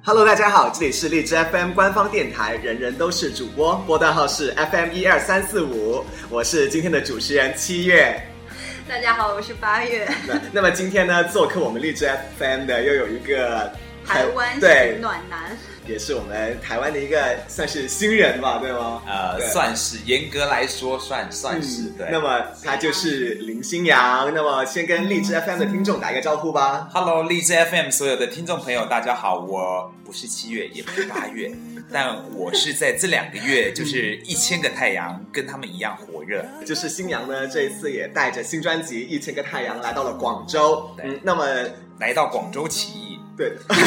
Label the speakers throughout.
Speaker 1: Hello， 大家好，这里是荔枝 FM 官方电台，人人都是主播，波段号是 FM12345，我是今天的主持人7月。
Speaker 2: 大家好，我是8月。
Speaker 1: 那么今天呢，做客我们荔枝 FM 的又有一个
Speaker 2: 台湾暖男，
Speaker 1: 也是我们台湾的一个算是新人吧，对吗？
Speaker 3: 算是，严格来说算是对。
Speaker 1: 那么他就是林新阳，那么先跟荔枝 FM 的听众打一个招呼吧。
Speaker 3: Hello， 荔枝 FM 所有的听众朋友，大家好，我不是7月，也不是8月，但我是在这2个月，就是1000个太阳，跟他们一样火热。
Speaker 1: 就是新阳呢，这一次也带着新专辑《1000个太阳》来到了广州。那么
Speaker 3: 来到广州起义。
Speaker 1: 对，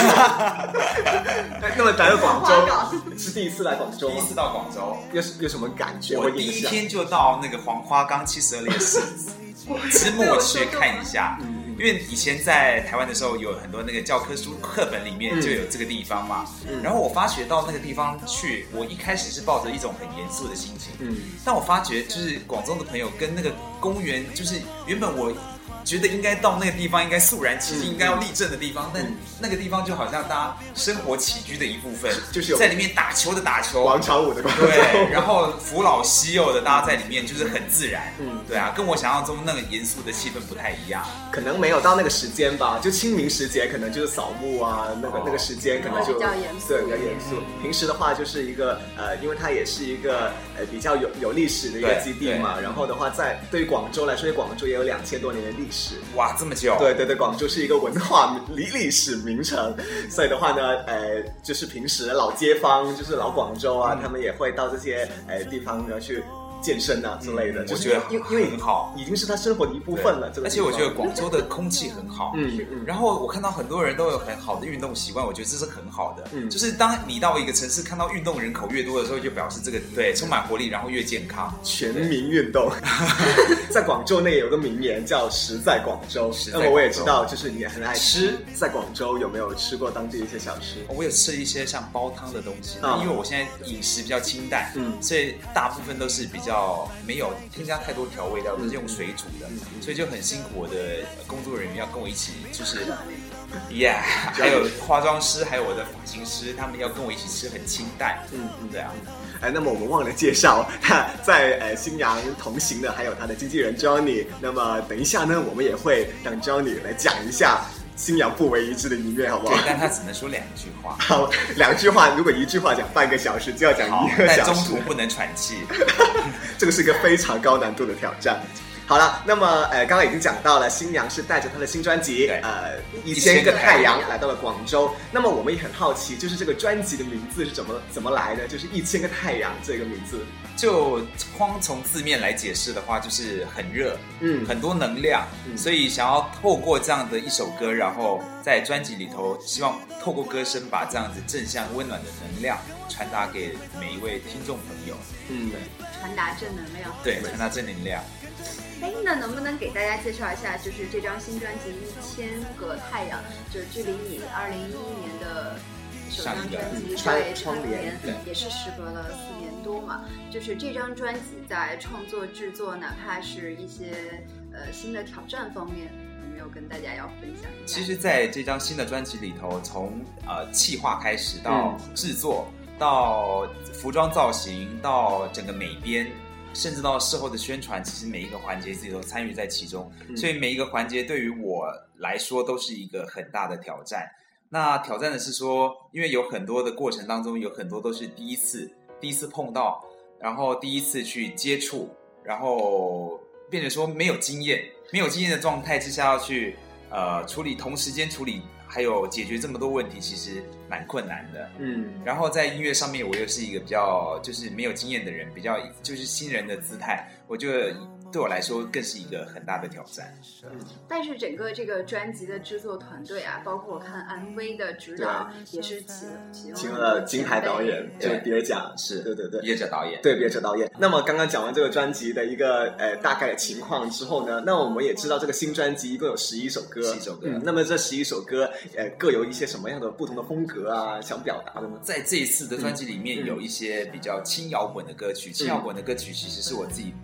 Speaker 1: 那么来到广州是第一次来广州吗？
Speaker 3: 第一次到广州，
Speaker 1: 有什么感觉？
Speaker 3: 我第一天就到那个黄花岗72烈士之墓去看一下，因为以前在台湾的时候有很多那个教科书课本里面就有这个地方嘛，然后我发觉到那个地方去，我一开始是抱着一种很严肃的心情，但我发觉就是广州的朋友跟那个公园，就是原本我觉得应该到那个地方应该肃然起敬，应该要立正的地方，但那个地方就好像大家生活起居的一部分，就是有在里面打球的打球，
Speaker 1: 广场舞的广场舞，
Speaker 3: 对，然后扶老携幼的大家在里面就是很自然，对啊，跟我想象中那个严肃的气氛不太一样，
Speaker 1: 可能没有到那个时间吧，就清明时节可能就是扫墓啊，那个时间可能就
Speaker 2: 比较严肃，
Speaker 1: 对，比较严肃。平时的话就是一个因为它也是一个比较有历史的一个基地嘛，然后的话对于广州来说，广州也有2000多年的历史。
Speaker 3: 哇，这么久！
Speaker 1: 对，广州是一个文化历史名城，所以的话呢，就是平时老街坊，就是老广州啊，他们也会到这些地方呢去健身啊之类的，
Speaker 3: 我觉得因为很好，
Speaker 1: 已经是他生活的一部分了。
Speaker 3: 而且我觉得广州的空气很好，然后我看到很多人都有很好的运动习惯，我觉得这是很好的。就是当你到一个城市看到运动人口越多的时候，就表示这个对充满活力，然后越健康，
Speaker 1: 全民运动。在广州内有个名言叫"食在广州"，那么我也知道，就是你也很爱吃。在广州有没有吃过当地一些小吃？
Speaker 3: 我有吃一些像煲汤的东西，因为我现在饮食比较清淡，所以大部分都是比较没有添加太多调味料，都是用水煮的，所以就很辛苦。我的工作人员要跟我一起，就是还有化妆师，还有我的发型师，他们要跟我一起吃很清淡。对啊。
Speaker 1: 那么我们忘了介绍，在新阳同行的还有他的经纪人 Johnny。那么等一下呢，我们也会让 Johnny 来讲一下新阳不为一致的一面，好不好？
Speaker 3: 对，但他只能说2句话。
Speaker 1: 好，2句话，如果1句话讲半个小时，就要讲1个小时，
Speaker 3: 但中途不能喘气。
Speaker 1: 这个是一个非常高难度的挑战。好了，那么刚刚已经讲到了，新阳是带着他的新专辑1000个太阳来到了广州。那么我们也很好奇，就是这个专辑的名字是怎么来的？就是1000个太阳这个名字，
Speaker 3: 就光从字面来解释的话，就是很热，很多能量，所以想要透过这样的一首歌，然后在专辑里头，希望透过歌声把这样子正向温暖的能量传达给每一位听众朋友。
Speaker 2: 对，传达正能量。
Speaker 3: 对，传达正能量。
Speaker 2: 那能不能给大家介绍一下，就是这张新专辑1000个太阳，就是距离你2011年的首张专辑
Speaker 1: 窗帘
Speaker 2: 也是时隔了4年多嘛，就是这张专辑在创作制作，哪怕是一些新的挑战方面，有没有跟大家要分享一下？
Speaker 3: 其实在这张新的专辑里头，从企划开始到制作，到服装造型，到整个美编，甚至到事后的宣传，其实每一个环节自己都参与在其中，所以每一个环节对于我来说都是一个很大的挑战。那挑战的是说，因为有很多的过程当中，有很多都是第一次碰到，然后第一次去接触，然后变成说没有经验的状态之下要去处理，同时间处理还有解决这么多问题，其实蛮困难的。然后在音乐上面，我又是一个比较就是没有经验的人，比较就是新人的姿态，我觉得对我来说更是一个很大的挑战。
Speaker 2: 但是整个这个专辑的制作团队啊，包括我看 MV 的指导也是请了
Speaker 1: 金牌导演，就是比尔贾，
Speaker 3: 是
Speaker 1: 对
Speaker 3: 比尔贾导演，
Speaker 1: 对比尔贾导演。那么刚刚讲完这个专辑的一个大概的情况之后呢，那我们也知道这个新专辑一共有11首歌，那么这11首歌各有一些什么样的不同的风格啊，想表达的呢？
Speaker 3: 在这一次的专辑里面有一些比较轻摇滚的歌曲，轻摇滚的歌曲其实是我自己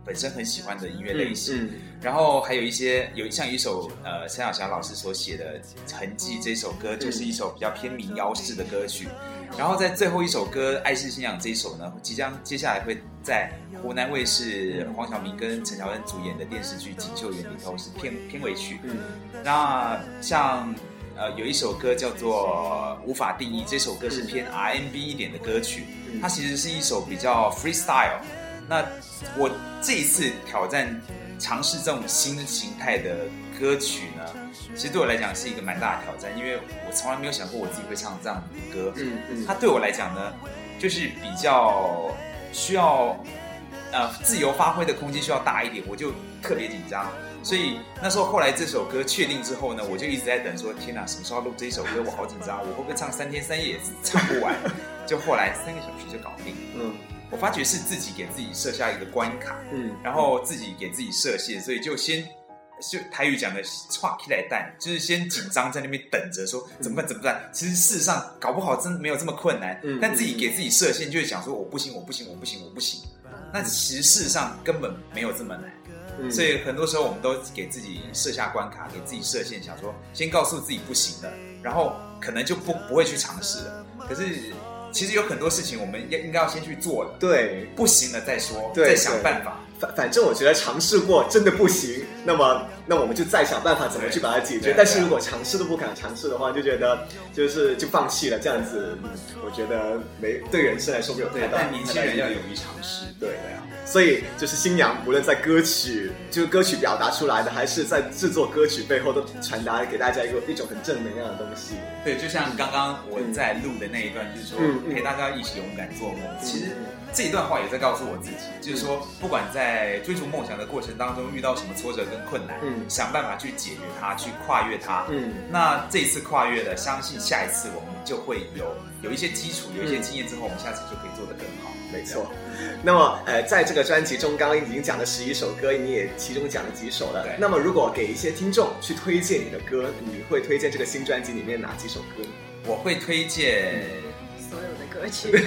Speaker 3: 本身很喜欢的音乐类型。然后还有一些像一首陈小霞老师所写的《痕迹》这首歌，就是一首比较偏民谣式的歌曲。然后在最后一首歌《爱是信仰》这一首呢，接下来会在湖南卫视黄晓明跟陈乔恩主演的电视剧《锦绣缘》里头是片尾曲。那像有一首歌叫做《无法定义》，这首歌是偏 R&B 一点的歌曲，它其实是一首比较 freestyle。那我这一次挑战尝试这种新形态的歌曲呢，其实对我来讲是一个蛮大的挑战，因为我从来没有想过我自己会唱这样的歌。它对我来讲呢，就是比较需要自由发挥的空间需要大一点，我就特别紧张。所以那时候后来这首歌确定之后呢，我就一直在等说，天哪，什么时候录这一首歌？我好紧张，我会不会唱3天3夜也唱不完？就后来3个小时就搞定。我发觉是自己给自己设下一个关卡，然后自己给自己设限，所以就台语讲的画起来蛋，就是先紧张在那边等着说怎么办。其实事实上搞不好真的没有这么困难，但自己给自己设限，就会想说我不行。那其实事实上根本没有这么难，所以很多时候我们都给自己设下关卡，给自己设限，想说先告诉自己不行的，然后可能就不会去尝试了。可是其实有很多事情我们应该要先去做了，
Speaker 1: 对，
Speaker 3: 不行了再说，再想办法。
Speaker 1: 反正我觉得尝试过真的不行，那我们就再想办法怎么去把它解决。但是如果尝试都不敢尝试的话，就觉得就放弃了，这样子，我觉得对人生来说没有太大。
Speaker 3: 但年轻人要勇于尝试，
Speaker 1: 对啊。所以就是新娘，无论在歌曲表达出来的，还是在制作歌曲背后，都传达给大家一种很正能量的东西。
Speaker 3: 对，就像刚刚我在录的那一段，就是说陪大家一起勇敢做梦。其实这一段话也在告诉我自己，就是说不管在追逐梦想的过程当中遇到什么挫折跟困难，想办法去解决它，去跨越它。那这一次跨越了，相信下一次我们就会有一些基础，有一些经验之后，我们下次就可以做得更好。
Speaker 1: 没错。那么在这个专辑中，刚刚已经讲了11首歌，你也其中讲了几首了。那么如果给一些听众去推荐你的歌，你会推荐这个新专辑里面哪几首歌？
Speaker 3: 我会推荐
Speaker 2: 所有的歌曲。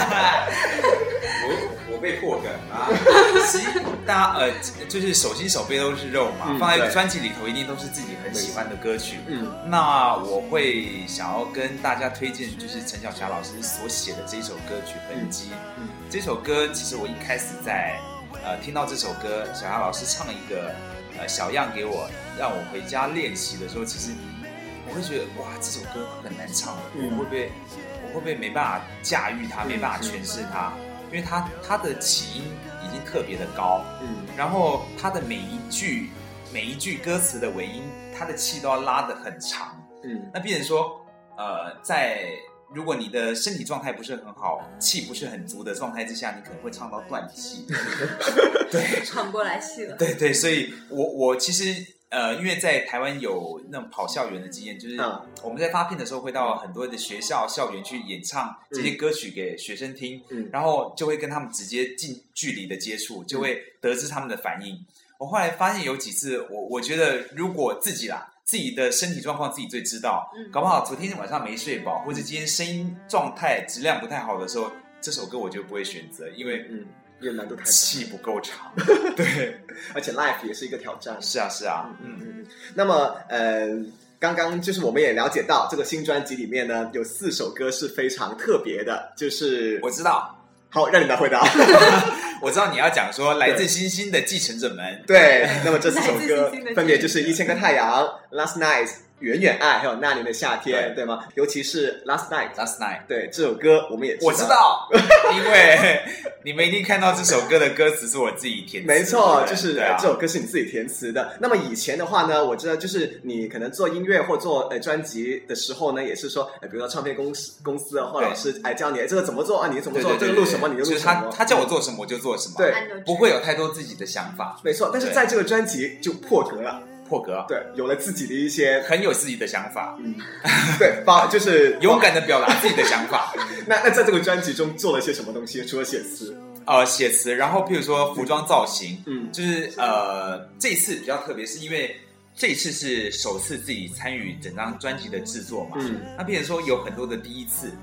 Speaker 3: 我被破梗啊！其实大家就是手心手背都是肉嘛，放在专辑里头一定都是自己很喜欢的歌曲。那我会想要跟大家推荐，就是陈小霞老师所写的这一首歌曲《痕迹》。这首歌其实我一开始在听到这首歌，小霞老师唱一个小样给我，让我回家练习的时候，其实我会觉得哇，这首歌很难唱，我会不会没办法驾驭它，没办法诠释它？因为它的起音已经特别的高，然后它的每一句歌词的尾音，它的气都要拉得很长，那变成说，如果你的身体状态不是很好，气不是很足的状态之下，你可能会唱到断气，对，
Speaker 2: 喘不过来气了。
Speaker 3: 对，所以我其实因为在台湾有那种跑校园的经验，就是我们在发片的时候会到很多的学校校园去演唱这些歌曲给学生听，然后就会跟他们直接近距离的接触，就会得知他们的反应。我后来发现有几次，我觉得如果自己的身体状况自己最知道，搞不好昨天晚上没睡饱，或者今天声音状态质量不太好的时候，这首歌我就不会选择，因为
Speaker 1: 难度太
Speaker 3: 气不够长，对，
Speaker 1: 而且 live 也是一个挑战。
Speaker 3: 是啊，
Speaker 1: 那么刚刚就是我们也了解到，这个新专辑里面呢有4首歌是非常特别的，就是
Speaker 3: 我知道。
Speaker 1: 好，让你来回答。
Speaker 3: 我知道你要讲说来自星星的继承者们。
Speaker 1: 对，那么这4首歌分别就是1000个太阳、Last Night、远远爱，还有那年的夏天， 对吗？尤其是 Last Night， 对，这首歌我们也
Speaker 3: 我知道，因为你们一定看到这首歌的歌词是我自己填词的。
Speaker 1: 没错，就是这首歌是你自己填词的。那么以前的话呢，我知道就是你可能做音乐或做专辑的时候呢，也是说比如说唱片公司或老师教你这个怎么做啊，你怎么做，这个录什么你就录什么，
Speaker 3: 他叫我做什么我就做什么，
Speaker 1: 对，
Speaker 3: 不会有太多自己的想法。
Speaker 1: 没错，但是在这个专辑就破格了。对，有了自己的一些
Speaker 3: 很有自己的想法，
Speaker 1: 对，就是
Speaker 3: 勇敢的表达自己的想法。
Speaker 1: 那在这个专辑中做了些什么东西？除了写词，
Speaker 3: 写词，然后譬如说服装造型，就是这一次比较特别，是因为这一次是首次自己参与整张专辑的制作嘛，那变成说有很多的第一次。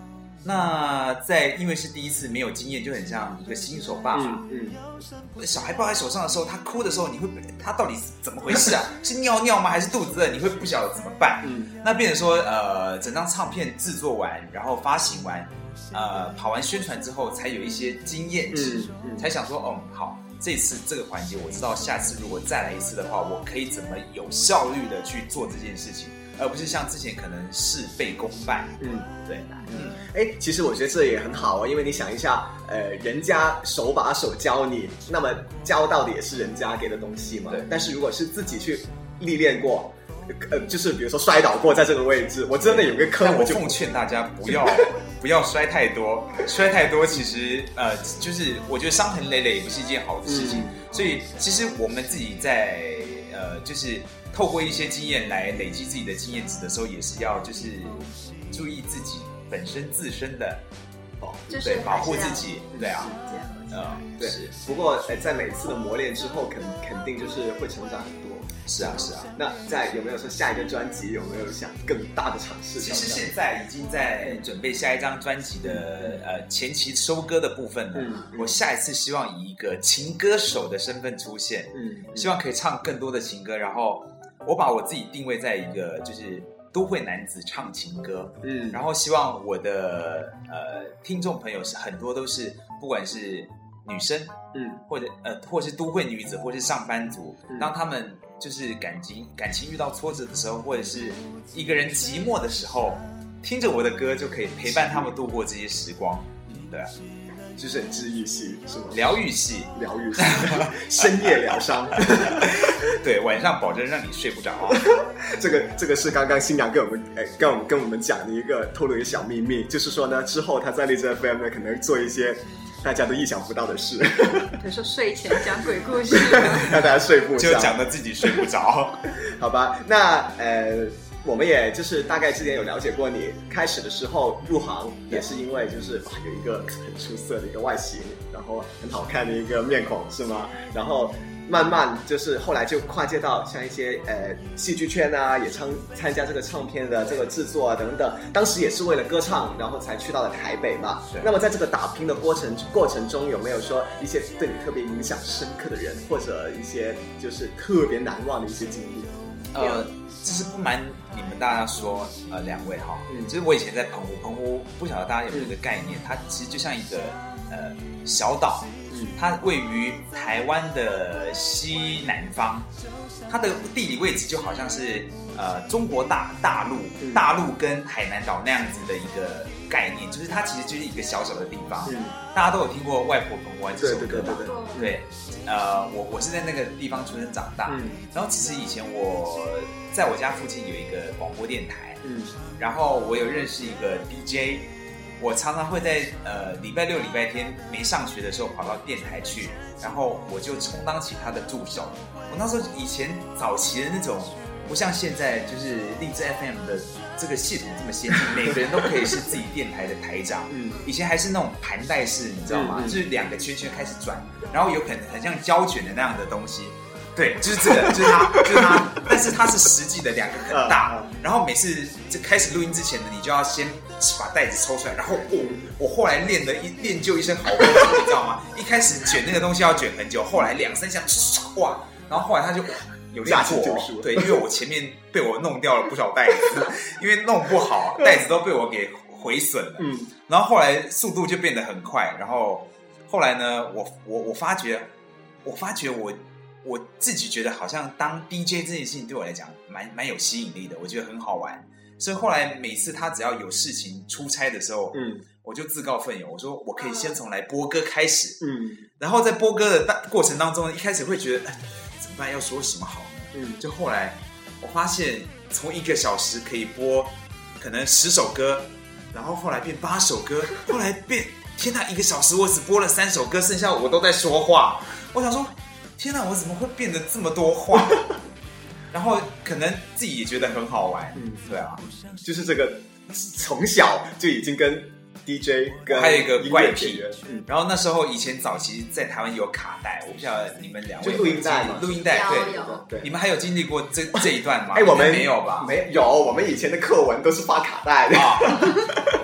Speaker 3: 那因为是第一次没有经验，就很像一个新手爸爸。小孩抱在手上的时候，他哭的时候，他到底是怎么回事啊？是尿尿吗？还是肚子饿？你会不晓得怎么办。那变成说整张唱片制作完，然后发行完，跑完宣传之后，才有一些经验值，才想说好，这次这个环节我知道，下次如果再来一次的话，我可以怎么有效率的去做这件事情。而不是像之前可能事倍功半。
Speaker 1: 对。其实我觉得这也很好哦，因为你想一下，人家手把手教你，那么教到的也是人家给的东西嘛。但是如果是自己去历练过，就是比如说摔倒过在这个位置，我真的有个坑，
Speaker 3: 我奉劝大家不要摔太多，摔太多其实就是我觉得伤痕累累也不是一件好的事情。所以其实我们自己在就是透过一些经验来累积自己的经验值的时候，也是要就是注意自己本身自身的对，保护自己，对啊，
Speaker 1: 对。不过在每次的磨练之后，肯定就是会成长很多。
Speaker 3: 是啊。
Speaker 1: 那有没有说下一个专辑有没有想更大的尝试？
Speaker 3: 其实现在已经在准备下一张专辑的前期收歌的部分了。我下一次希望以一个情歌手的身份出现，希望可以唱更多的情歌，然后我把我自己定位在一个就是都会男子唱情歌，然后希望我的听众朋友是很多都是不管是女生，或是都会女子，或是上班族，当他们就是感情遇到挫折的时候，或者是一个人寂寞的时候，听着我的歌就可以陪伴他们度过这些时光，对啊。
Speaker 1: 就是很治愈系是吗？
Speaker 3: 疗愈系，
Speaker 1: 深夜疗伤。
Speaker 3: 对，晚上保证让你睡不着。
Speaker 1: 这个是刚刚新娘跟我们讲的一个透露一个小秘密，就是说呢，之后她在荔枝 FM 呢可能做一些大家都意想不到的事。
Speaker 2: 比如说睡前讲鬼故事，
Speaker 1: 让大家睡不着，
Speaker 3: 就讲得自己睡不着。
Speaker 1: 好吧，那我们也就是大概之前有了解过你开始的时候入行也是因为就是有一个很出色的一个外形，然后很好看的一个面孔是吗？然后慢慢就是后来就跨界到像一些戏剧圈啊，也参加这个唱片的这个制作啊等等。当时也是为了歌唱，然后才去到了台北嘛。那么在这个打拼的过程中，有没有说一些对你特别影响深刻的人，或者一些就是特别难忘的一些经历？
Speaker 3: 就是不瞒你们大家说，两位哈，就是我以前在澎湖，不晓得大家有没有一个概念，它其实就像一个小岛，它位于台湾的西南方，它的地理位置就好像是中国大陆跟海南岛那样子的一个概念，就是它其实就是一个小小的地方。大家都有听过《外婆澎湖湾》这首歌吗？对，我是在那个地方出生长大，然后其实以前我在我家附近有一个广播电台，然后我有认识一个 DJ， 我常常会在礼拜六礼拜天没上学的时候跑到电台去，然后我就充当起他的助手。我那时候以前早期的那种，不像现在就是荔枝 FM 的这个系统这么先进，每个人都可以是自己电台的台长。以前还是那种盘带式，你知道吗？就是两个圈圈开始转，然后有可能很像胶卷的那样的东西。对，就是这个，就是它，但是它是实际的两个很大。然后每次就开始录音之前呢，你就要先把带子抽出来，然后我后来练就一身好功夫，你知道吗？一开始卷那个东西要卷很久，后来2-3下哇，然后后来它就有练过。对，因为我前面被我弄掉了不少带子，因为弄不好带子都被我给毁损了。然后后来速度就变得很快，然后后来呢，我发觉我自己觉得好像当 DJ 这件事情对我来讲蛮有吸引力的，我觉得很好玩，所以后来每次他只要有事情出差的时候，我就自告奋勇，我说我可以先从来播歌开始，然后在播歌的过程当中，一开始会觉得怎么办，要说什么好呢？就后来我发现从1个小时可以播可能10首歌，然后后来变8首歌，后来变天哪，1个小时我只播了3首歌，剩下我都在说话，我想说天哪，我怎么会变得这么多话？然后可能自己也觉得很好玩，对啊，
Speaker 1: 就是这个从小就已经跟 DJ 跟
Speaker 3: 还有一个怪癖，然后那时候以前早期在台湾有卡带，我不晓得你们两位
Speaker 1: 就录音带嘛，
Speaker 3: 录音带对，你们还有经历过这一段吗？
Speaker 1: 我们
Speaker 3: 没有吧？
Speaker 1: 没有，我们以前的课文都是发卡带的。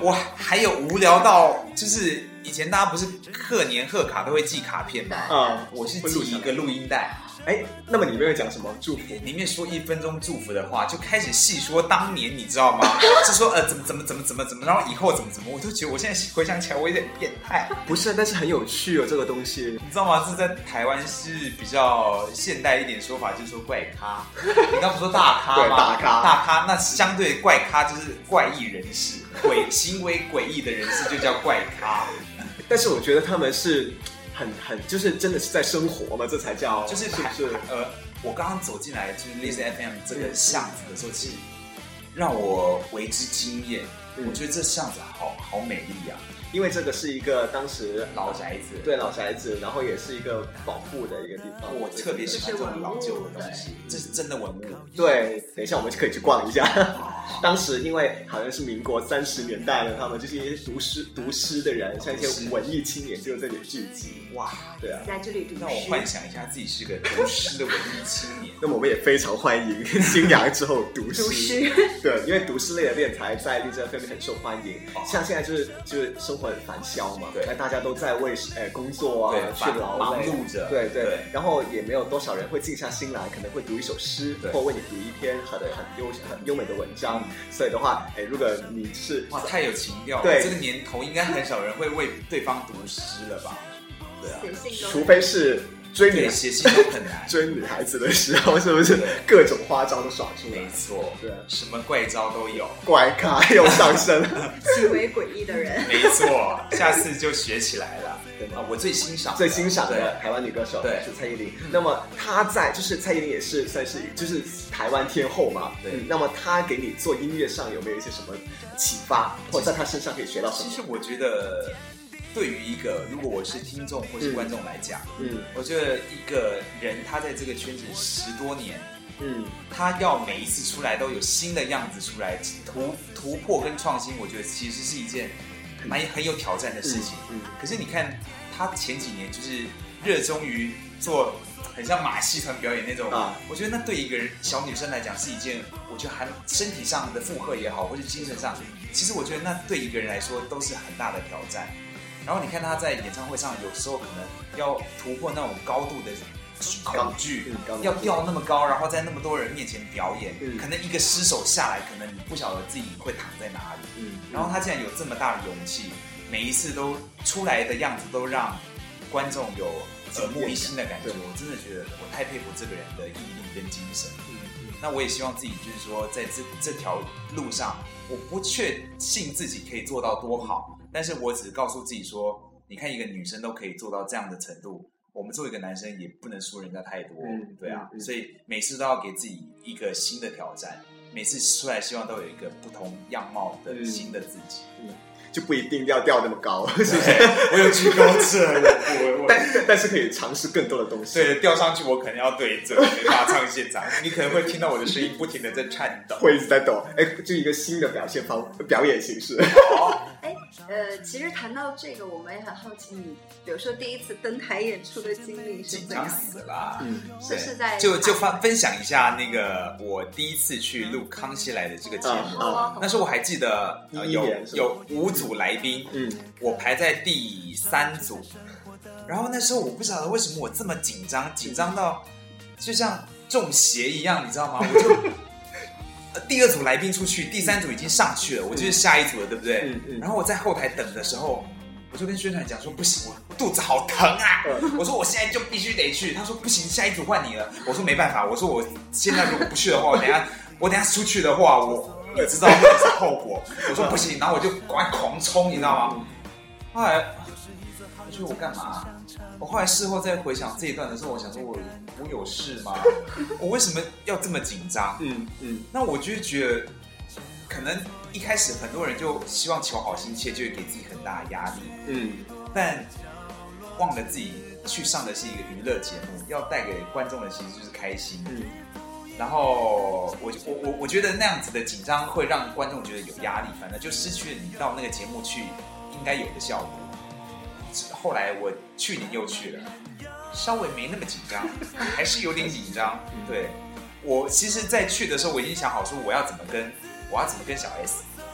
Speaker 3: 我还有无聊到就是以前大家不是贺年贺卡都会寄卡片吗？我是寄一个录音带。
Speaker 1: 那么里面会讲什么祝福？
Speaker 3: 里面说1分钟祝福的话，就开始细说当年，你知道吗？是说怎么，然后以后怎么，我都觉得我现在回想起来我有点变态。
Speaker 1: 不是，但是很有趣哦，这个东西，
Speaker 3: 你知道吗？这在台湾是比较现代一点说法，就是说怪咖。你刚不说大咖吗？
Speaker 1: 对，大咖，
Speaker 3: 那相对怪咖就是怪异人士，行为诡异的人士就叫怪咖。
Speaker 1: 但是我觉得他们是很就是真的是在生活嘛，这才叫
Speaker 3: 就是
Speaker 1: 不是？
Speaker 3: 我刚刚走进来就是 Listen FM 这个巷子的时候，其实让我为之惊艳。我觉得这巷子好美丽啊。
Speaker 1: 因为这个是一个当时
Speaker 3: 老宅子，
Speaker 1: 对，老宅子，然后也是一个保护的一个地方。
Speaker 3: 我特别喜欢这种老旧的东西，这是真的文物。
Speaker 1: 对，等一下我们就可以去逛一下。当时因为好像是民国30年代了，他们就是一些读诗的人，像一些文艺青年就在这里聚集。
Speaker 3: 哇，
Speaker 1: 对啊，
Speaker 2: 在这里读诗。
Speaker 3: 让我幻想一下自己是个读诗的文艺青年。
Speaker 1: 那么我们也非常欢迎新阳之后读诗。对，因为读诗类的电台在荔枝 FM 很受欢迎。像现在就是生活很繁嚣嘛，
Speaker 3: 对，
Speaker 1: 那大家都在为工作啊去劳
Speaker 3: 忙碌着，
Speaker 1: 对，然后也没有多少人会静下心来，可能会读一首诗，或为你读一篇很优美的文章。所以的话，如果你是
Speaker 3: 太有情调了，
Speaker 1: 对，
Speaker 3: 这个年头应该很少人会为对方读诗了吧？对啊，
Speaker 1: 除非是
Speaker 3: 写信都很难，
Speaker 1: 追女孩子的时候，是不是各种花招都耍出来？
Speaker 3: 没错，
Speaker 1: 对，
Speaker 3: 什么怪招都有，
Speaker 1: 怪咖又上身了，
Speaker 2: 行为诡异的人，
Speaker 3: 没错，下次就学起来了。我最欣赏
Speaker 1: 的台湾女歌手是蔡依林。那么她就是蔡依林也是算是就是台湾天后嘛。那么她给你做音乐上有没有一些什么启发，或者在她身上可以学到什么？
Speaker 3: 其实我觉得，对于一个如果我是听众或是观众来讲，我觉得一个人他在这个圈子10多年，他要每一次出来都有新的样子出来，突破跟创新，我觉得其实是一件很有挑战的事情。可是你看他前几年就是热衷于做很像马戏团表演那种，我觉得那对一个小女生来讲是一件，我觉得还身体上的负荷也好，或是精神上，其实我觉得那对一个人来说都是很大的挑战。然后你看他在演唱会上，有时候可能要突破那种高度的恐惧，要吊那么高，然后在那么多人面前表演，可能一个失手下来，可能你不晓得自己会躺在哪里。然后他竟然有这么大的勇气，每一次都出来的样子都让观众有耳目一新的感觉。我真的觉得我太佩服这个人的毅力跟精神。那我也希望自己就是说，在这条路上，我不确信自己可以做到多好。但是我只告诉自己说，你看一个女生都可以做到这样的程度，我们作为一个男生也不能输人家太多，对啊，所以每次都要给自己一个新的挑战，每次出来希望都有一个不同样貌的新的自己。
Speaker 1: 就不一定要掉那么高，是不是？
Speaker 3: 我有惧高症，
Speaker 1: 但是可以尝试更多的东西。
Speaker 3: 对，掉上去我可能要对着没办法唱现场，你可能会听到我的声音不停的在颤抖，
Speaker 1: 会一直在抖。就一个新的表演形式。
Speaker 2: 其实谈到这个，我们也很好奇，你比如说第一次登台演出的经历是怎样？
Speaker 3: 紧张死了，
Speaker 2: 是在
Speaker 3: 就分享一下那个我第一次去录《康熙来的》这个节目。那时候我还记得有5组来宾，我排在第3组，然后那时候我不晓得为什么我这么紧张到就像中邪一样，你知道吗？我就第2组来宾出去，第3组已经上去了，我就是下一组了，对不对？然后我在后台等的时候，我就跟宣传讲说不行，我肚子好疼啊！我说我现在就必须得去。他说不行，下一组换你了。我说没办法，我说我现在如果不去的话，我等下出去的话，我也知道会有什么后果。我说不行，然后我就赶快狂冲，你知道吗？后来我说我干嘛？我后来事后再回想这一段的时候，我想说我有事吗？我为什么要这么紧张？那我就觉得可能一开始很多人就希望求好心切，就会给自己很大的压力。但忘了自己去上的是一个娱乐节目，要带给观众的其实就是开心。然后我觉得那样子的紧张会让观众觉得有压力，反正就失去了你到那个节目去应该有的效果。后来我去年又去了，稍微没那么紧张，还是有点紧张。对，我其实在去的时候我已经想好说我要怎么跟小 S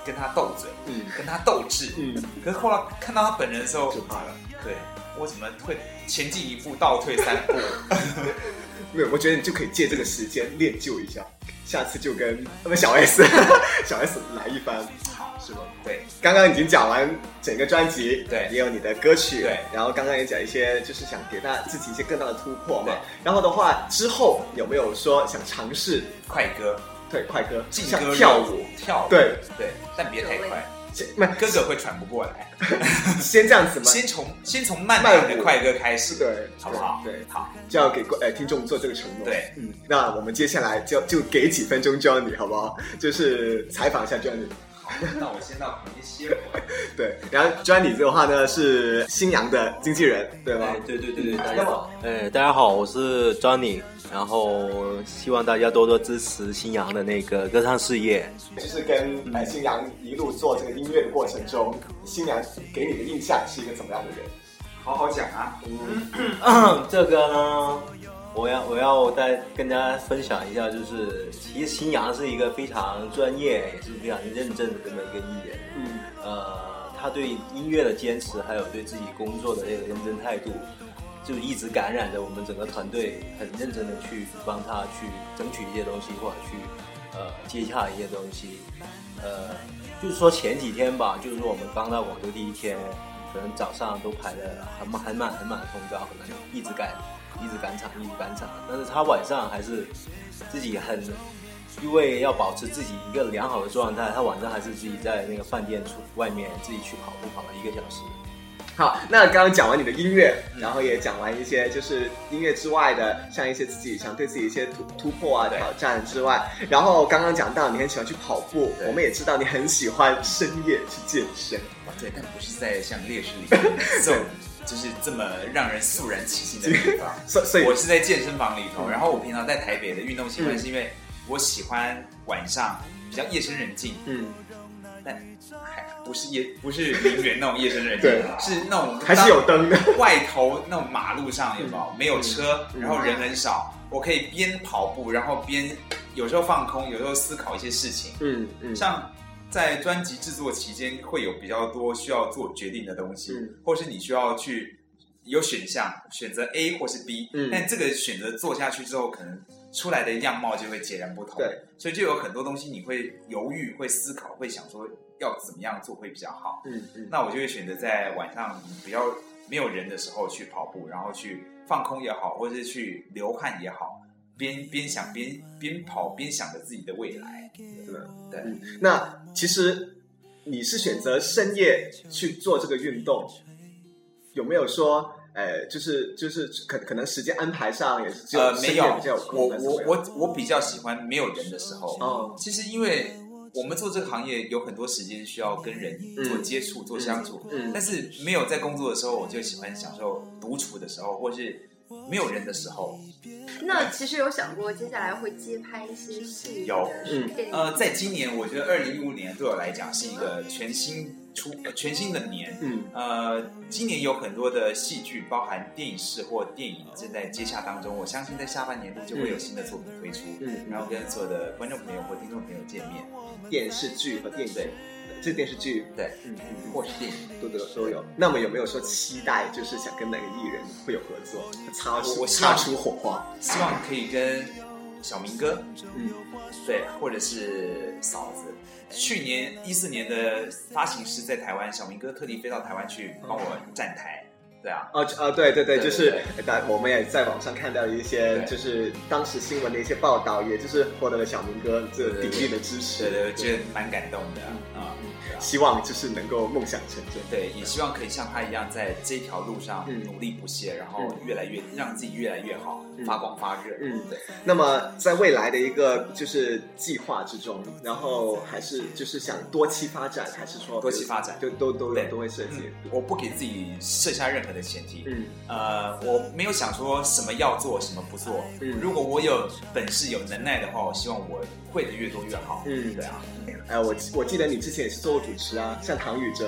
Speaker 3: 跟他斗嘴，跟他斗智，可是后来看到他本人的时候
Speaker 1: 就怕了。
Speaker 3: 对，我怎么会前进一步倒退3步？
Speaker 1: 没有，我觉得你就可以借这个时间练就一下，下次就跟小 S 小 S 来一番，是吗？
Speaker 3: 对，
Speaker 1: 刚刚已经讲完整个专辑，
Speaker 3: 对，
Speaker 1: 也有你的歌曲，
Speaker 3: 对，
Speaker 1: 然后刚刚也讲一些就是想给大家自己一些更大的突破嘛。然后的话，之后有没有说想尝试
Speaker 3: 快歌？
Speaker 1: 对，快歌，
Speaker 3: 像
Speaker 1: 跳舞，
Speaker 3: 对，但别太快。哥哥会喘不过来，
Speaker 1: 先这样子吗？
Speaker 3: 先从慢慢的快歌开始，
Speaker 1: 对，
Speaker 3: 好不好？
Speaker 1: 对，
Speaker 3: 好，
Speaker 1: 就要给听众做这个承诺。
Speaker 3: 对，
Speaker 1: 那我们接下来就给几分钟 Johnny 好不好？就是采访一下 Johnny。
Speaker 3: 好，那我先到旁边歇会儿。
Speaker 1: 对，然后 Johnny 的话呢是新阳的经纪人，对吗？
Speaker 4: 对，大家好。大家好，我是 Johnny。然后希望大家多多支持新阳的那个歌唱事业。
Speaker 1: 就是跟新阳一路做这个音乐的过程中，新阳给你的印象是一个怎么样的人？
Speaker 3: 好好讲啊。
Speaker 4: 这个呢，我要再跟大家分享一下，就是其实新阳是一个非常专业也是非常认真的这么一个艺人。他对音乐的坚持，还有对自己工作的这个认真态度，就一直感染着我们整个团队，很认真的去帮他去争取一些东西，或者去接洽一些东西。就是说前几天吧，就是说我们刚到广州第一天，可能早上都排了很满的通告，可能一直赶场，但是他晚上还是自己因为要保持自己一个良好的状态，他晚上还是自己在那个饭店外面自己去跑步，跑了1个小时。
Speaker 1: 好，那刚刚讲完你的音乐，然后也讲完一些就是音乐之外的，像一些自己想对自己一些突破啊、挑战之外，然后刚刚讲到你很喜欢去跑步，我们也知道你很喜欢深夜去健身。
Speaker 3: 对，但不是在像烈士里面就是这么让人肃然起敬的地方。所以我是在健身房里头，然后我平常在台北的运动习惯是因为我喜欢晚上比较夜深人静，但还不是名媛那种夜深人静，是那种
Speaker 1: 还是有灯的
Speaker 3: 外头那种马路上没有车，然后人很少，我可以边跑步，然后边有时候放空，有时候思考一些事情。像在专辑制作期间会有比较多需要做决定的东西，或是你需要去有选项选择 A 或是 B，但这个选择做下去之后，可能出来的样貌就会截然不同。对，所以就有很多东西你会犹豫、会思考、会想说要怎么样做会比较好。那我就会选择在晚上比较没有人的时候去跑步，然后去放空也好，或者是去流汗也好，边想边跑边想着自己的未来。对，
Speaker 1: 那其实你是选择深夜去做这个运动，有没有说？就是可能时间安排上也是只有深夜比较有空。
Speaker 3: 我比较喜欢没有人的时候。其实因为我们做这个行业有很多时间需要跟人做接触、做相处，但是没有在工作的时候，我就喜欢享受独处的时候，或是没有人的时候。
Speaker 2: 那其实有想过接下来会接拍一些戏？
Speaker 3: 有，在今年我觉得2015年对我来讲是一个全新的年。今年有很多的戏剧，包含电影视或电影正在接洽当中。我相信在下半年度就会有新的作品推出，然后跟所有的观众朋友或听众朋友见面。
Speaker 1: 电视剧和电影，这电视剧
Speaker 3: 对，或是电影
Speaker 1: 都有。那么有没有说期待，就是想跟哪个艺人会有合作，擦出火花？
Speaker 3: 希望可以跟小明哥，对，或者是嫂子。去年14年的发行师在台湾，小明哥特地飞到台湾去帮我站台。对啊，
Speaker 1: 对，就是我们也在网上看到一些，就是当时新闻的一些报道，也就是获得了小明哥这鼎力的支持，
Speaker 3: 对，觉得蛮感动的
Speaker 1: 希望就是能够梦想成真，
Speaker 3: 对，也希望可以像他一样，在这条路上努力不懈，然后让自己越来越好，发光发热。对。
Speaker 1: 那么在未来的一个就是计划之中，然后还是就是想多期发展，还是说
Speaker 3: 多期发展
Speaker 1: 就都会设计？
Speaker 3: 我不给自己设下任何的前提。我没有想说什么要做，什么不做。如果我有本事、有能耐的话，我希望我会的越多越好。对啊。
Speaker 1: 我记得你之前也是做过主持啊，像唐禹哲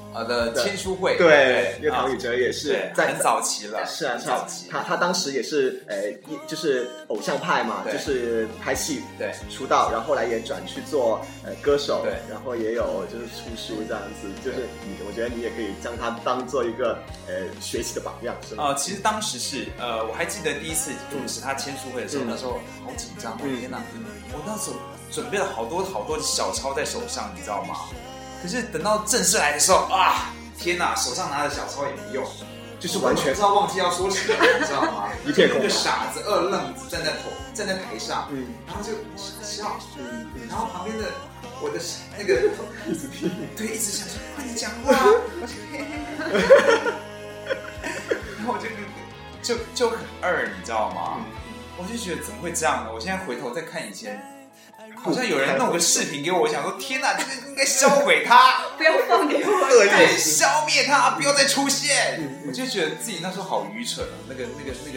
Speaker 3: 的签书会，
Speaker 1: 对，因为唐禹哲也是在
Speaker 3: 很早期了，
Speaker 1: 是啊，他当时也是就是偶像派嘛，就是拍戏
Speaker 3: 对
Speaker 1: 出道，然后后来也转去做歌手，
Speaker 3: 对，
Speaker 1: 然后也有就是出书这样子，就是我觉得你也可以将他当做一个学习的榜样，是吗？
Speaker 3: 其实当时是我还记得第一次主持他签书会的时候，那时候好紧张，天哪，我那时候准备了好多小抄在手上，你知道吗？可是等到正式来的时候啊，天哪，手上拿着小抄也没用，
Speaker 1: 就是完全
Speaker 3: 不知道忘记要说什么，你知道吗？
Speaker 1: 一片空白，
Speaker 3: 一个傻子二愣子站在台上，然后就傻笑，然后旁边的我的那个
Speaker 1: 一直听，
Speaker 3: 对，一直想说快点讲话，然后我就很二，你知道吗？我就觉得怎么会这样呢？我现在回头再看以前。好像有人弄个视频给我，我想说天哪，这个应该销毁他，
Speaker 2: 不要放给我，
Speaker 3: 对，消灭他，不要再出现。我就觉得自己那时候好愚蠢，那个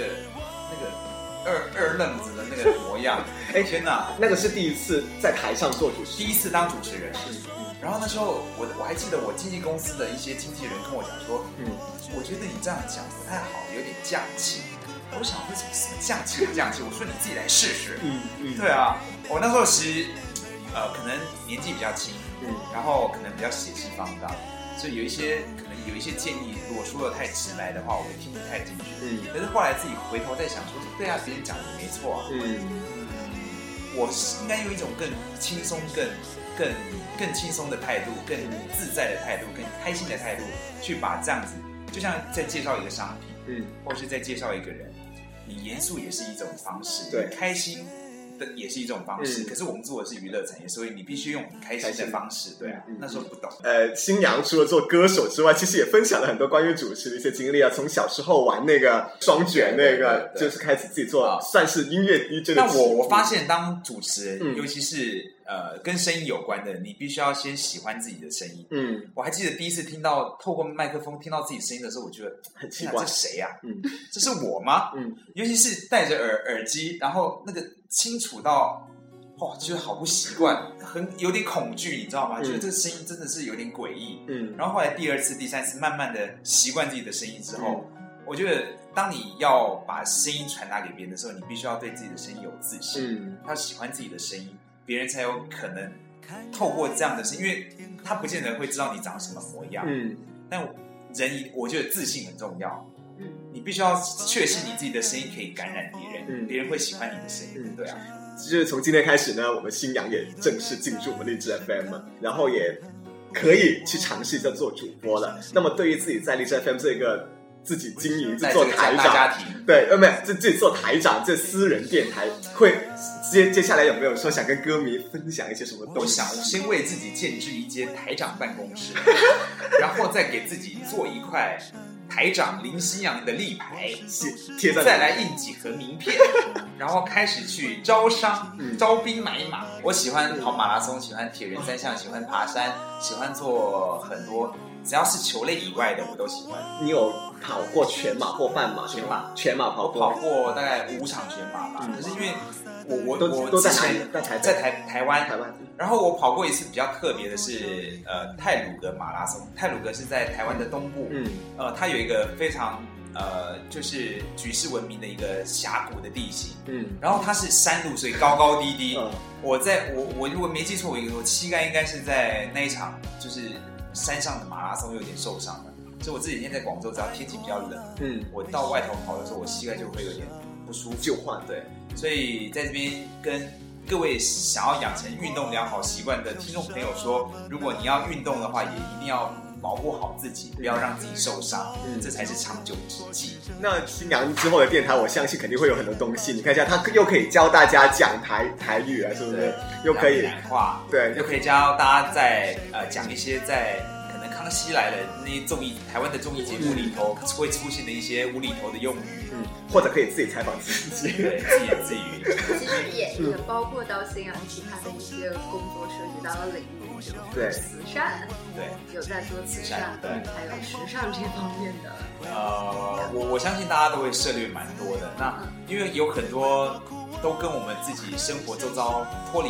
Speaker 3: 二愣子的那个模样。天哪，
Speaker 1: 那个是第一次在台上做主持，
Speaker 3: 第一次当主持人。然后那时候我还记得我经纪公司的一些经纪人跟我讲说，我觉得你这样讲不太好，有点降气。我想说什么降气不降气？我说你自己来试试。对啊，我那时候其实可能年纪比较轻，然后可能比较血气方刚，所以可能有一些建议，如果说的太直白的话，我会听不太进去。可是后来自己回头再想说，对啊，别人讲的没错啊。我应该用一种更轻松、更轻松的态度、更自在的态度、更开心的态度，去把这样子，就像在介绍一个商品，或是在介绍一个人。你严肃也是一种方式，
Speaker 1: 对，
Speaker 3: 开心的也是一种方式。可是我们做的是娱乐产业，所以你必须用很开心的方式。对啊，那时候不懂。
Speaker 1: 新阳除了做歌手之外，其实也分享了很多关于主持的一些经历啊。从小时候玩那个双卷那个，就是开始自己做，算是音乐 DJ 的。
Speaker 3: 但我发现当主持人，尤其是跟声音有关的，你必须要先喜欢自己的声音。我还记得第一次透过麦克风听到自己声音的时候，我觉得
Speaker 1: 很奇怪，
Speaker 3: 这谁呀？这是我吗？尤其是戴着耳机，然后那个清楚到，觉得好不习惯，有点恐惧，你知道吗？觉得这个声音真的是有点诡异。然后后来第二次、第三次，慢慢的习惯自己的声音之后，我觉得当你要把声音传达给别人的时候，你必须要对自己的声音有自信，要喜欢自己的声音。别人才有可能透过这样的声音，因为他不见得会知道你长什么模样。但我觉得自信很重要。你必须要确信你自己的声音可以感染别人，别人会喜欢你的声音。对啊，
Speaker 1: 就是从今天开始呢，我们新阳也正式进入我们励志 FM， 然后也可以去尝试一下做主播了。那么对于自己在励志 FM 这个自己经营、自己做台长，对，没有自己做台长，这私人电台会接下来有没有说想跟歌迷分享一些什么东西？
Speaker 3: 我想先为自己建制一间台长办公室，然后再给自己做一块台长林新阳的立牌，
Speaker 1: 贴在，
Speaker 3: 再来印几盒名片，然后开始去招商、招兵买马。我喜欢跑马拉松，喜欢铁人三项，喜欢爬山，喜欢做很多。只要是球类以外的，我都喜欢。
Speaker 1: 你有跑过全马或半马？全马跑过，
Speaker 3: 我跑过大概5场全马吧。可是因为我
Speaker 1: 都在台湾，
Speaker 3: 然后我跑过一次比较特别的是太鲁阁马拉松。太鲁阁是在台湾的东部，它有一个非常就是举世闻名的一个峡谷的地形，然后它是山路，所以高高低低。我如果没记错，我膝盖应该是在那一场就是山上的马拉松有点受伤了，所以我这几天在广州，只要天气比较冷，我到外头跑的时候，我膝盖就会有点不舒服，
Speaker 1: 就换。
Speaker 3: 对，所以在这边跟各位想要养成运动良好习惯的听众朋友说，如果你要运动的话，也一定要保护好自己，不要让自己受伤，这才是长久之计。
Speaker 1: 那新阳之后的电台，我相信肯定会有很多东西。你看一下，他又可以教大家讲台语啊，是不是？又可以
Speaker 3: 南话，
Speaker 1: 对，
Speaker 3: 又可以教大家在讲一些在可能康熙来了那些台湾的综艺节目里头会出现的一些无厘头的用语，
Speaker 1: 或者可以自己采访自己，
Speaker 3: 对，自言自语。
Speaker 2: 其实也包括到新阳其他的一些工作涉及到了领域。
Speaker 1: 对，
Speaker 2: 慈善，
Speaker 3: 对，
Speaker 2: 有在做慈善，
Speaker 3: 对，
Speaker 2: 还有时尚这方面的。
Speaker 3: 我相信大家都会涉猎蛮多的。那因为有很多都跟我们自己生活周遭脱离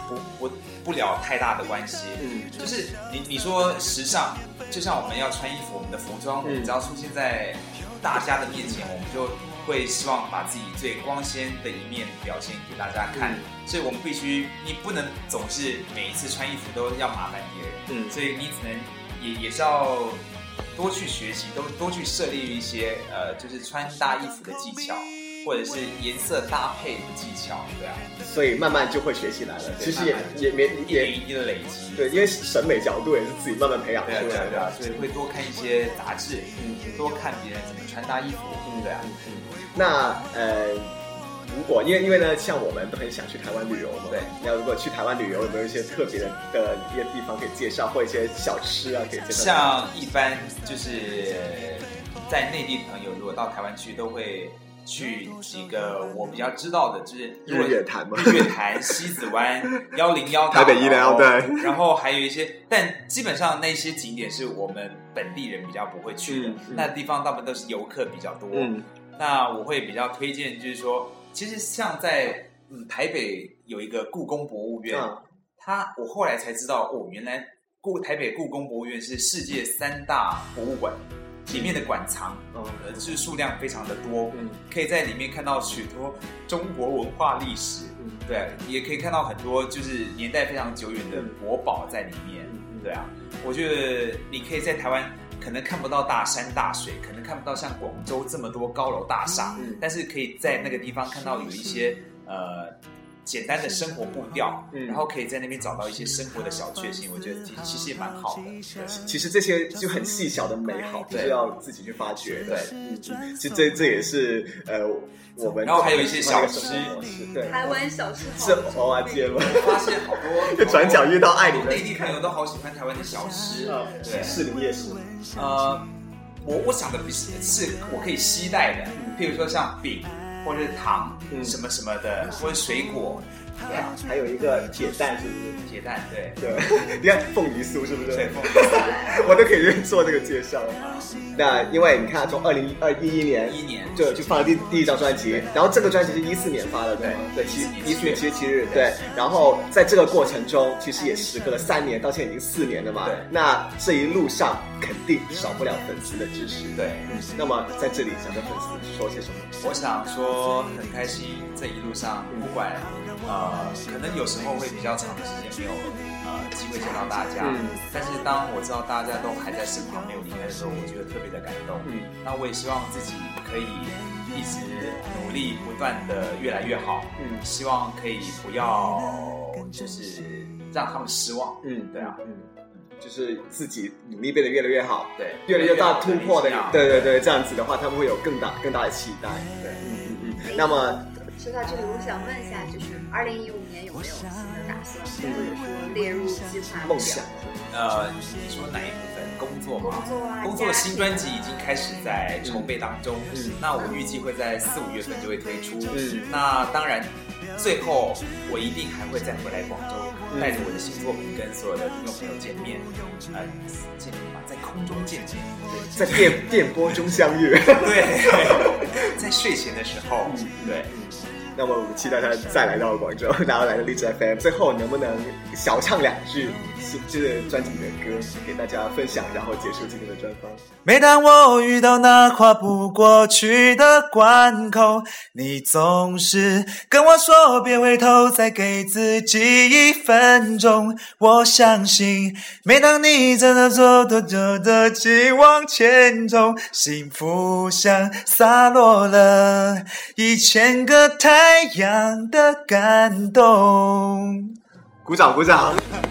Speaker 3: 不了太大的关系。就是你说时尚，就像我们要穿衣服，我们的服装，我们只要出现在大家的面前，我们就会希望把自己最光鲜的一面表现给大家看。所以我们必须，你不能总是每一次穿衣服都要麻烦别人。所以你只能也是要多去学习，多去涉猎一些就是穿搭衣服的技巧，或者是颜色搭配的技巧，对啊，
Speaker 1: 所以慢慢就会学起来了。其实也
Speaker 3: 一定的累积，
Speaker 1: 对，因为审美角度也是自己慢慢培养出来的，
Speaker 3: 对啊，所以会多看一些杂志，多看别人怎么穿搭衣服，对啊。
Speaker 1: 那如果因为呢，像我们都很想去台湾旅游嘛，对，那如果去台湾旅游，有没有一些特别的一些地方可以介绍，或一些小吃啊可以介绍？
Speaker 3: 像一般就是在内地的朋友，如果到台湾去，都会去几个我比较知道的，就是
Speaker 1: 日月潭嘛，
Speaker 3: 日月潭、西子湾、101
Speaker 1: 台北101，对，
Speaker 3: 然后还有一些，但基本上那些景点是我们本地人比较不会去的，那地方大部分都是游客比较多。那我会比较推荐，就是说，其实像在台北有一个故宫博物院，我后来才知道原来台北故宫博物院是世界3大博物馆。里面的馆藏，就是数量非常的多，可以在里面看到许多中国文化历史，对，也可以看到很多就是年代非常久远的国宝在里面，对啊，我觉得你可以在台湾可能看不到大山大水，可能看不到像广州这么多高楼大厦，但是可以在那个地方看到有一些简单的生活步调，然后可以在那边找到一些生活的小确幸，我觉得其实也蛮好的。
Speaker 1: 其实这些就很细小的美好，就是要自己去发掘的。其实这也是我们。
Speaker 3: 然后还有一些小吃，
Speaker 2: 对，台湾小吃
Speaker 1: 是蚵仔煎吗？
Speaker 3: 发现好多
Speaker 1: 转角遇到爱你的
Speaker 3: 内地朋友都好喜欢台湾的小吃，
Speaker 1: 对，士林夜市。
Speaker 3: 我想的是我可以携带的，譬如说像饼。或者是糖，什么什么的，或者水果，对啊，
Speaker 1: 还有一个铁蛋，是不是？
Speaker 3: 铁蛋，对。
Speaker 1: 你看凤梨酥是不是？
Speaker 3: 对，凤梨酥，
Speaker 1: 我都可以做这个介绍。那因为你看，从2011年就发了第一张专辑，然后这个专辑是14年发的，对，14月7日，对。然后在这个过程中，其实也时隔了3年，到现在已经4年了嘛。对。那这一路上肯定少不了粉丝的支持，
Speaker 3: 对。
Speaker 1: 那么在这里想跟粉丝说些什么？
Speaker 3: 我想说很开心，这一路上不管可能有时候会比较长的时间没有机会见到大家，但是当我知道大家都还在身旁没有离开的时候，我觉得特别的感动。那我也希望自己可以一直努力，不断的越来越好。希望可以不要就是让他们失望。对啊。
Speaker 1: 就是自己努力变得越来越好，
Speaker 3: 对，
Speaker 1: 越来越大突破的，对，这样子的话，他们会有更大的期待，对，那么
Speaker 2: 说到这里，我想问一下，就是2015年有没有新的打算，或者说列入计划
Speaker 1: 梦想？
Speaker 3: 你说哪一部分？工作吗？工作新专辑已经开始在筹备当中，那我预计会在4、5月份就会推出，那当然。最后，我一定还会再回来广州，带着我的新作品跟所有的听众朋友见面，见面吧，在空中见面，
Speaker 1: 在电波中相遇，
Speaker 3: 对，在睡前的时候，对。
Speaker 1: 那么我们期待他再来到广州，然后来到荔枝 FM。最后能不能小唱2句就是专辑里的歌给大家分享，然后结束今天的专访。
Speaker 5: 每当我遇到那跨不过去的关口，你总是跟我说别回头，再给自己1分钟。我相信每当你真的走得起往前走，幸福像洒落了1000个太阳的感动。
Speaker 1: 鼓掌鼓掌。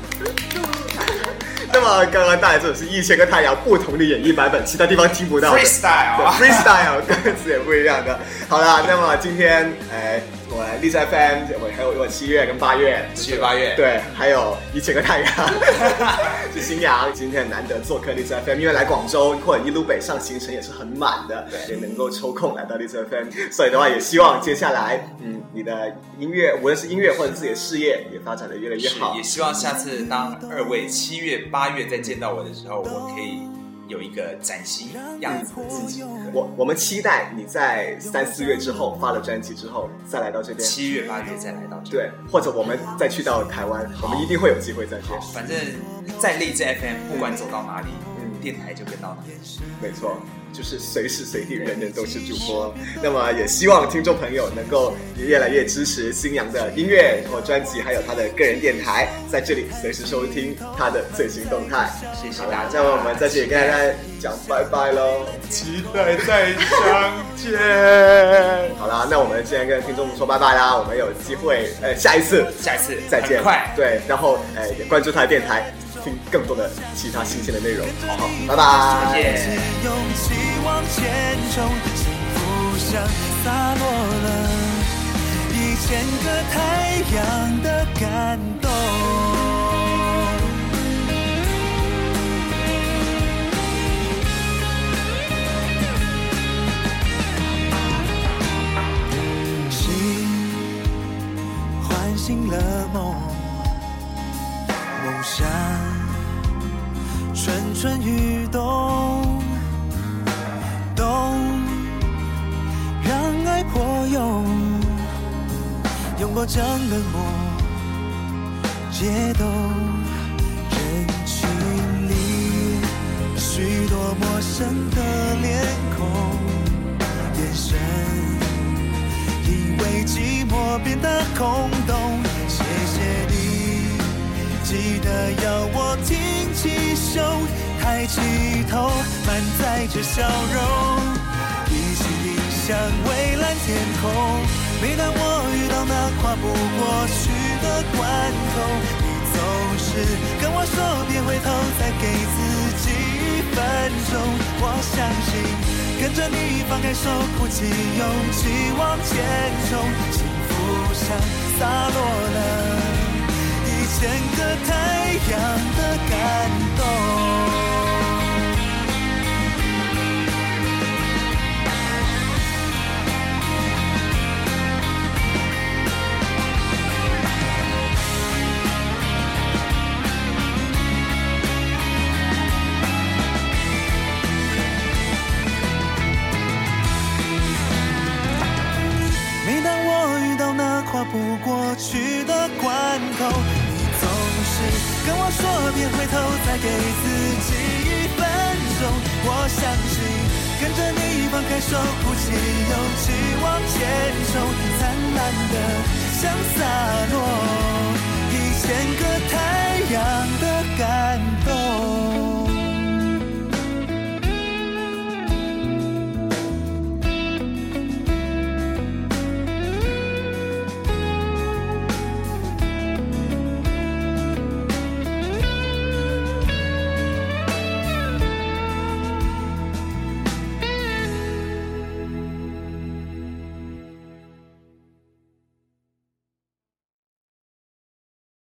Speaker 1: 那么刚刚带来这首是1000个太阳不同的演绎版本，其他地方听不到的
Speaker 3: freestyle
Speaker 1: 歌词也不一样的。好啦，那么今天我来荔枝 FM， 还有我7月跟8月
Speaker 3: ，7月8月，
Speaker 1: 对，还有1000个太阳是新阳。今天难得做客荔枝 FM， 因为来广州或者一路北上行程也是很满的，也能够抽空来到荔枝 FM， 所以的话也希望接下来你的音乐，无论是音乐或者自己的事业，也发展得越来越好。
Speaker 3: 也希望下次当2位7月8月再见到我的时候，我可以有一个崭新样子的自己。
Speaker 1: 我们期待你在3、4月之后发了专辑之后再来到这边
Speaker 3: ，7月、8月再来到这边，
Speaker 1: 对，或者我们再去到台湾，我们一定会有机会再见。
Speaker 3: 反正在荔枝 FM 不管走到哪里，电台就跟到哪里。
Speaker 1: 没错，就是随时随地人人都是主播。那么也希望听众朋友能够越来越支持新阳的音乐和专辑，还有他的个人电台，在这里随时收听他的最新动态。
Speaker 3: 谢谢大家。
Speaker 1: 那么我们在这里跟大家讲拜拜喽，
Speaker 3: 期待再相见。
Speaker 1: 好啦，那我们今天跟听众说拜拜啦，我们有机会下一次再见，
Speaker 3: 很快
Speaker 1: 对，然后也关注他的电台，听更多的其他新鲜的内容。好，拜拜。
Speaker 3: 谢谢。
Speaker 5: 勇气往前冲，幸福像洒落了1000个太阳的感动。心唤醒了梦，梦想蠢蠢欲动，动让爱破涌，拥抱将冷漠解冻。人群里许多陌生的脸孔，眼神因为寂寞变得空洞。谢谢你记得要我挺起胸，抬起头，满载着笑容，一起迎向蔚蓝天空。每当我遇到那跨不过去的关口，你总是跟我说别回头，再给自己1分钟。我相信跟着你放开手，鼓起勇气往前冲，幸福像洒落了1000个太阳的感动。每当我遇到那跨不过去的关口，你总是跟我说别回头，再给自己1分钟。我相信跟着你放开手，鼓起勇气往前冲，灿烂的像洒落1000个太阳的感动。